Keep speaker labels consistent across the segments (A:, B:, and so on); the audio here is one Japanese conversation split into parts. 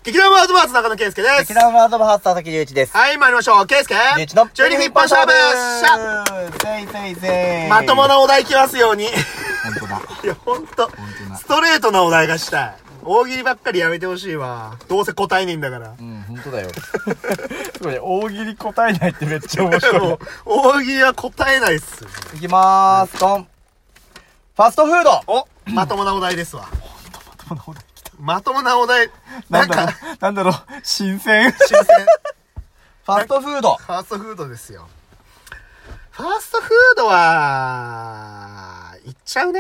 A: 劇団ワードバーツ中野圭介です。
B: 劇団ワードバーツ佐々木隆一です。
A: はい、参りましょう。圭介
B: 隆一の
A: 12分一本勝負まともなお題来ますように。
B: 本当だ。
A: いや、ほんと。ストレートなお題がしたい。大喜利ばっかりやめてほしいわ。どうせ答えねえんだから。
B: うん、本当だよ。すごい、大喜利答えないってめっちゃ面白い。
A: もう、大喜利は答えないっす。
B: いきまーす。ドン。ファストフード。
A: お、まともなお題ですわ。
B: まともなお題。
A: まともなお題。
B: なんだろう、新鮮。
A: 新鮮。
B: ファストフード。
A: ファーストフードですよ。ファーストフードは、いっちゃうね。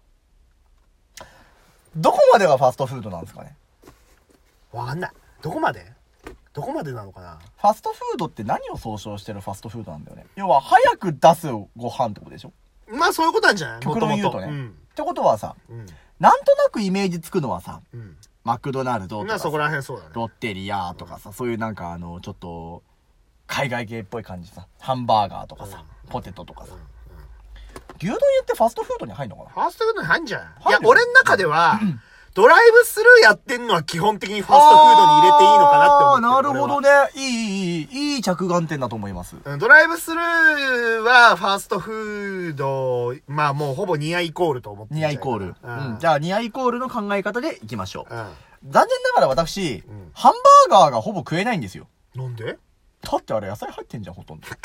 B: どこまでがファストフードなんですかね。
A: わかんない。どこまでなのかな。
B: ファストフードって何を総称してるファストフードなんだよね。要は、早く出すご飯ってことでしょ。
A: まあそういうことなんじゃない？
B: 極論言うとね。
A: うん、
B: ってことはさ、
A: うん、
B: なんとなくイメージつくのはさ、
A: うん、
B: マクドナルドとかさ、
A: そこら辺そうだね。
B: ロッテリアとかさ、そういうなんかちょっと、海外系っぽい感じさ、ハンバーガーとかさ、ポテトとかさ。牛丼屋ってファストフードに入んのかな？
A: ファーストフードに入んじゃん。
B: 入るよ。
A: いや、俺の中では、ドライブスルーやってんのは基本的にファストフードに入れていいのかなって思ってる。
B: なるほどね。いい着眼点だと思います。
A: ドライブスルーはファーストフード、まあもうほぼニアイコールと思ってる。
B: ニアイコール。じゃあニアイコールの考え方でいきましょう。残念ながら私、ハンバーガーがほぼ食えないんですよ。
A: なんで？
B: だってあれ野菜入ってんじゃん、ほとんど。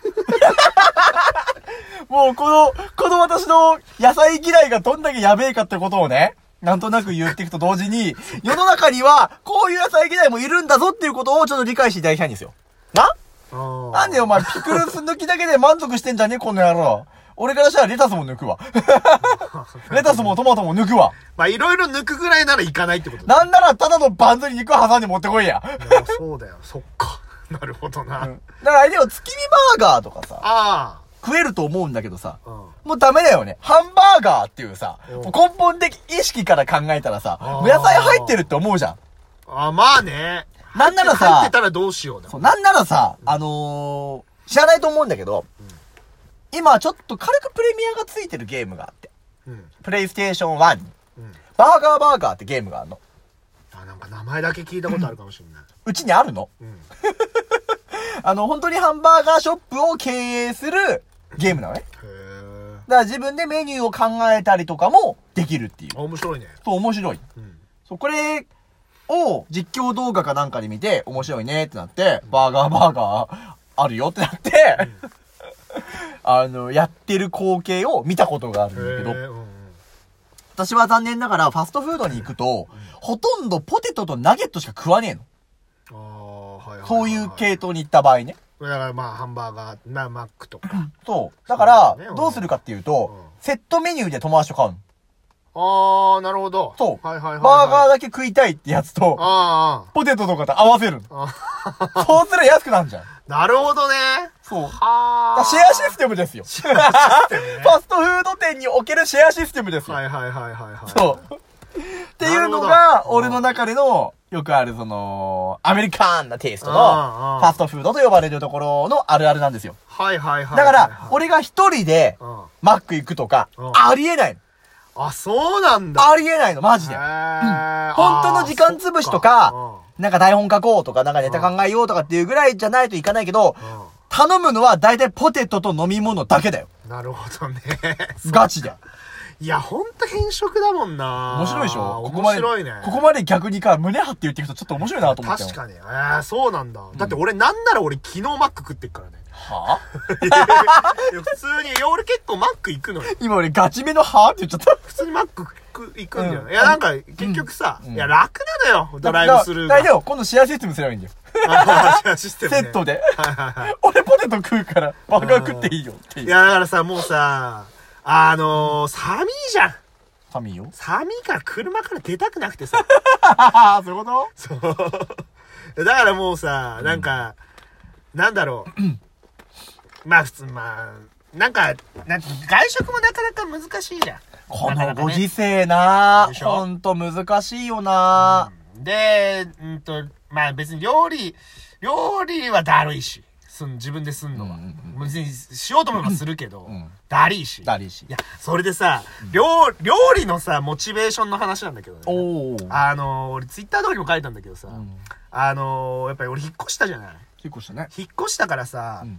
B: もうこの私の野菜嫌いがどんだけやべえかってことをね、なんとなく言っていくと同時に、世の中にはこういう野菜嫌いもいるんだぞっていうことをちょっと理解していただきたいんですよ。なんでお前ピクルス抜きだけで満足してんじゃねえこの野郎。俺からしたらレタスも抜くわ。レタスもトマトも抜くわ。
A: まあいろいろ抜くぐらいならいかないってこと
B: だ。なんならただのバンズに肉挟んで持ってこいや。
A: そうだよ。そっか。なるほどな。
B: だからあれでも月見バーガーとかさ、食えると思うんだけどさ、もうダメだよね。ハンバーガーっていうさ、根本的意識から考えたらさ、もう野菜入ってるって思うじゃん。
A: まあね。
B: なんならさ、
A: 入ってたらどうしようだ。
B: なんならさ、知らないと思うんだけど、今ちょっと軽くプレミアがついてるゲームがあって、プレイステーション1に、バーガーってゲームがあるの。
A: なんか名前だけ聞いたことあるかもしれない。
B: うちにあるの？本当にハンバーガーショップを経営するゲームなのね。だから自分でメニューを考えたりとかもできるっていう。
A: 面白いね。
B: そう、面白い。そう、これを実況動画かなんかで見て面白いねってなって、バーガーあるよってなって、やってる光景を見たことがあるんだけど、私は残念ながらファストフードに行くと、ほとんどポテトとナゲットしか食わねえの。そういう系統に行った場合ね。
A: だからまあハンバーガー、マックとか。
B: そう。だから、どうするかっていうと、セットメニューで友達と買うの。
A: なるほど。
B: そう。バーガーだけ食いたいってやつと、ポテトとかと合わせるの。そうすれば安くなるじゃん。
A: なるほどね。
B: そう。シェアシステムですよ。ファストフード店におけるシェアシステムですよ。そう。っていうのが、俺の中での、よくあるアメリカンなテイストの、ファストフードと呼ばれるところのあるあるなんですよ。だから、俺が一人で、マック行くとか、ありえないの。
A: そうなんだ。
B: ありえないの、マジで。本当の時間潰しとか、なんか台本書こうとか、なんかネタ考えようとかっていうぐらいじゃないといかないけど、頼むのは大体ポテトと飲み物だけだよ。
A: なるほどね。
B: ガチで。
A: いや、ほんと変色だもんな。
B: 面白いでしょ？
A: 面白いね。
B: ここまで逆に胸張って言っていくとちょっと面白いなと思って。
A: 確かに。そうなんだ。だって俺なんなら昨日マック食ってっからね。
B: はぁ？
A: 普通に、俺結構マック行くのよ。
B: 今俺ガチめのはぁって言っちゃった。
A: 普通にマック行くんだよ。いや、なんか結局さ、いや、楽なのよ、ドライブスルーが。
B: 大丈夫。今度シェアシステムすればいいんだよ。
A: シェアシステム。
B: セットで。俺ポテト食うから、バーガー食っていいよっていう。
A: いや、だからさ、もうさ、寒いじゃん。
B: 寒いよ。
A: 寒いから車から出たくなくてさ。
B: そういうこと？
A: そう。だからもうさ、なんか、なんだろう。まあ普通、なんか、外食もなかなか難しいじゃん。
B: このご時世なぁ。ほんと難しいよなぁ。
A: で、まあ別に料理はだるいし。 自分ですんのは。別にしようと思えばするけど、だりーし。いや、それでさ、料理のさ、モチベーションの話なんだけどね。俺ツイッターとかにも書いたんだけどさ、やっぱり俺引っ越したじゃない。
B: 引っ越したね。
A: 引っ越したからさ、ち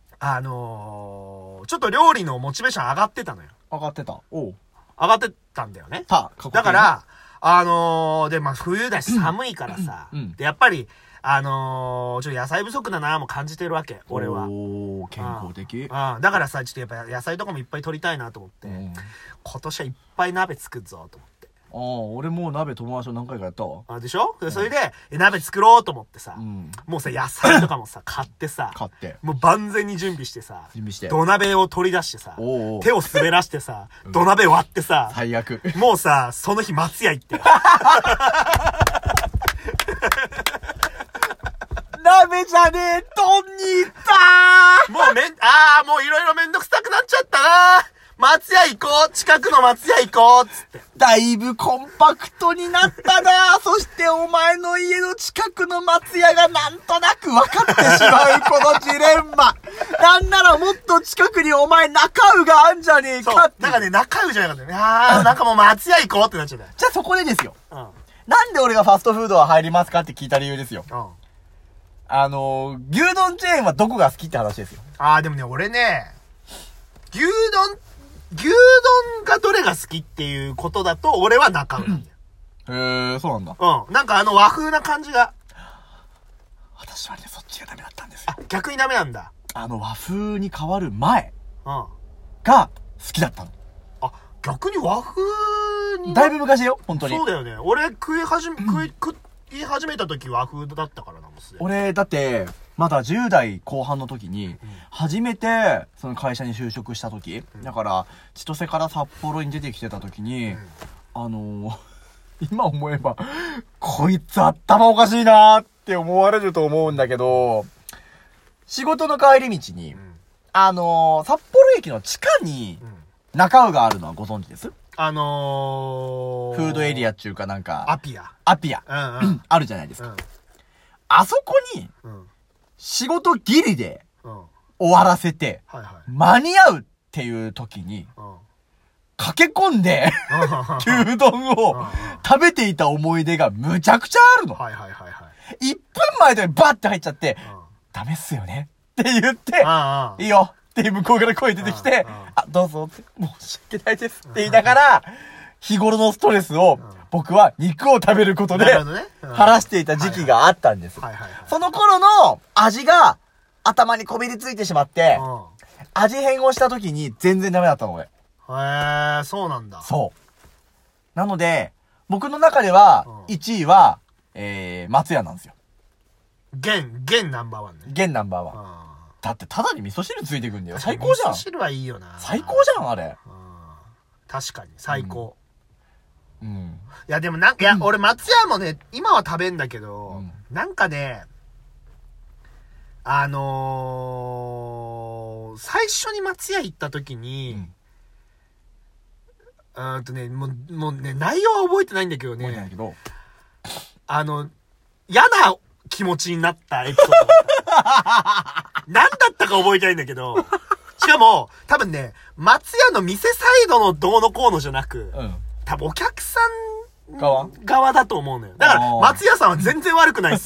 A: ょっと料理のモチベーション上がってたのよ。
B: 上がってた。
A: 上がってたんだよね。だから、で、まあ、冬だし寒いからさ、で、やっぱり、ちょっと野菜不足だなも感じてるわけ、俺は。
B: 健康的。
A: だからさ、ちょっとやっぱ野菜とかもいっぱい取りたいなと思って、今年はいっぱい鍋作るぞ、と思って。
B: 俺もう鍋友達と何回かやったわ。
A: でしょ？それで、鍋作ろうと思ってさ、もうさ、野菜とかもさ、買ってさ、もう万全に準備してさ、土鍋を取り出してさ、手を滑らしてさ、土鍋割ってさ、
B: 最悪。
A: もうさ、その日松屋行って。
B: 鍋じゃねえ、丼に行った
A: もういろいろめんどくさくなっちゃったな。松屋行こう、近くの松屋行こうつって。
B: だいぶコンパクトになったな。そしてお前の家の近くの松屋がなんとなく分かってしまうこのジレンマ。なんならもっと近くにお前中尾があんじゃねえかって。
A: なんかね、中尾じゃなかったよね。なんかもう松屋行こうってなっちゃったよ。
B: じゃあそこでですよ。なんで俺がファストフードは入りますかって聞いた理由ですよ。牛丼チェーンはどこが好きって話ですよ。
A: でもね、俺ね、牛丼がどれが好きっていうことだと、俺は中尾なんだよ。
B: そうなんだ。
A: なんか和風な感じが。
B: 私はね、そっちがダメだったんですよ。
A: 逆にダメなんだ。
B: 和風に変わる前が好きだったの。
A: 逆に和風に
B: だいぶ昔よ、本当に。
A: そうだよね。俺食い始めた時和風だったからな、もうすでに。
B: 俺、だって、まだ10代後半の時に、初めて、その会社に就職した時、だから、千歳から札幌に出てきてた時に、今思えば、こいつ頭おかしいなーって思われると思うんだけど、仕事の帰り道に、札幌駅の地下に、中尾があるのはご存知です？フードエリアっていうかなんか、
A: アピア。
B: あるじゃないですか。あそこに、仕事ギリで終わらせて、間に合うっていう時に、駆け込んで、牛丼を食べていた思い出がむちゃくちゃあるの。1分前でバッて入っちゃって、ダメっすよねって言って、いいよって向こうから声出てきて、どうぞって、申し訳ないですって言いながら、日頃のストレスを、僕は肉を食べることで、晴らしていた時期があったんです。その頃の味が頭にこびりついてしまって、味変をした時に全然ダメだったの、俺。
A: そうなんだ。
B: そう。なので、僕の中では、1位は、松屋なんですよ。
A: 現ナンバーワンね。
B: 現ナンバーワン。だってただに味噌汁ついてくんだよ。最高じゃん。
A: 味噌汁はいいよな。
B: 最高じゃん、あれ。
A: 確かに、最高。いや、でも俺松屋もね、今は食べんだけど、なんかね、最初に松屋行った時に、もうね、内容は覚えてないんだけどね、嫌な気持ちになったエピソードだった。何だったか覚えてないんだけど、しかも、多分ね、松屋の店サイドのどうのこうのじゃなく、多分お客さん側だと思うのよ。だから、松屋さんは全然悪くないっす。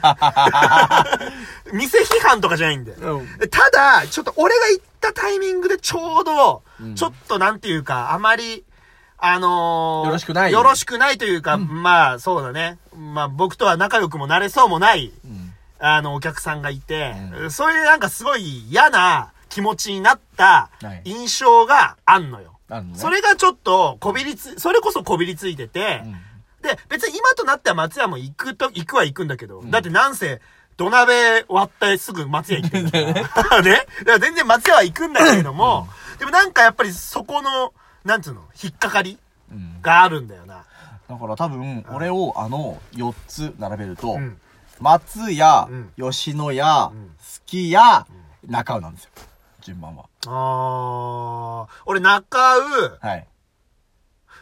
A: 店批判とかじゃないんで。ただ、ちょっと俺が行ったタイミングでちょうど、ちょっとなんていうか、あまり、よ
B: ろしくない。
A: よろしくないというか、まあ、そうだね。まあ、僕とは仲良くもなれそうもない、お客さんがいて、そういうなんかすごい嫌な気持ちになった印象があんのよ。それがちょっとそれこそこびりついてて、で、別に今となっては松屋も行くは行くんだけど、だってなんせ、土鍋割ってすぐ松屋行ってるからね。だから全然松屋は行くんだけれども、でもなんかやっぱりそこの、なんつうの、引っかかりがあるんだよな。
B: だから多分、俺を4つ並べると、松屋、吉野家、すき家、中尾なんですよ。順番は。
A: 俺中尾、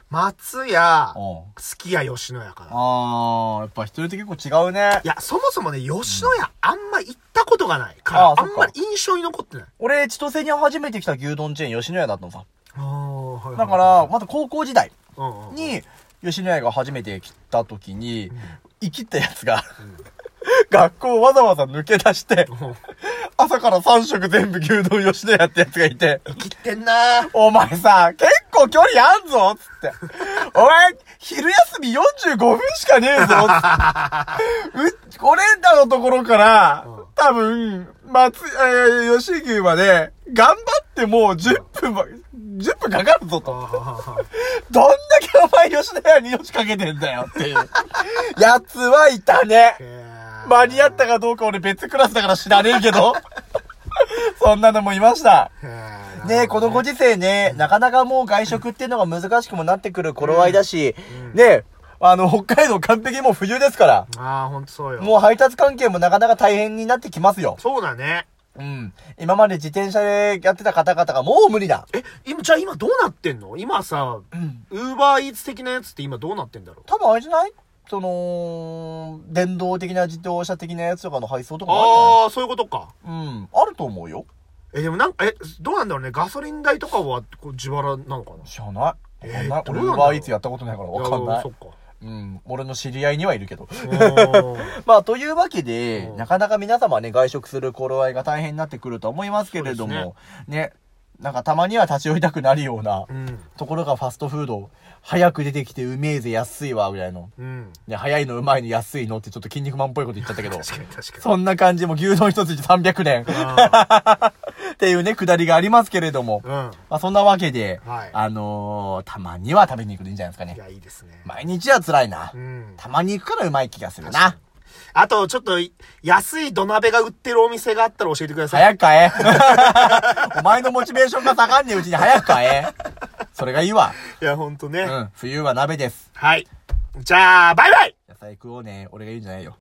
A: 松屋、すき家吉野家かな。
B: やっぱ一人って結構違うね。
A: いや、そもそもね、吉野家あんま行ったことがないから、あんまり印象に残ってない。
B: 俺、千歳に初めて来た牛丼チェーン吉野家だったのさ。だから、まだ高校時代に、吉野家が初めて来た時に、生きったやつが、学校わざわざ抜け出して、朝から3食全部牛丼吉野家ってやつがいて。
A: 生きってんなー。
B: お前さ、結構距離あんぞつって。お前、昼休み45分しかねえぞつって。俺らのところから、多分、吉牛まで、頑張ってもう10分かかるぞと。どんだけお前吉野家に命かけてんだよっていう。やつはいたね。間に合ったかどうか俺別クラスだから知らねえけど。そんなのもいました。ねえ、このご時世ね、なかなかもう外食っていうのが難しくもなってくる頃合いだし、ねえ、北海道完璧もう冬ですから。
A: ほんとそうよ。
B: もう配達関係もなかなか大変になってきますよ。
A: そうだね。
B: 今まで自転車でやってた方々がもう無理だ。
A: じゃあ今どうなってんの？今さ、ウーバーイーツ的なやつって今どうなってんだろう？
B: 多分あれじゃない？電動的な自動車的なやつとかの配送とかもあるんじゃない？
A: そういうことか。
B: あると思うよ。
A: でもどうなんだろうね。ガソリン代とかは自腹なのかな？
B: 知らない。俺ウーバーイーツやったことないからわかんない。
A: そっか。
B: 俺の知り合いにはいるけど。というわけで、なかなか皆様ね、外食する頃合いが大変になってくると思いますけれども、ね、なんかたまには立ち寄りたくなるような、ところがファストフード、早く出てきてうめえぜ安いわ、ぐらいの。早いのうまいの安いのってちょっと筋肉マンっぽいこと言っちゃったけど。確かに。そんな感じも牛丼一つ300年。っていうね、くだりがありますけれども。そんなわけで、たまには食べに行くでいいんじゃないですかね。
A: いや、いいですね。
B: 毎日は辛いな。たまに行くからうまい気がするな。
A: あと、ちょっと、安い土鍋が売ってるお店があったら教えてください。
B: 早く買え。お前のモチベーションが下がんねえうちに早く買え。それがいいわ。
A: いや、ほんとね。
B: 冬は鍋です。
A: はい。じゃあ、バイバイ！
B: 野菜食おうね。俺が言うんじゃないよ。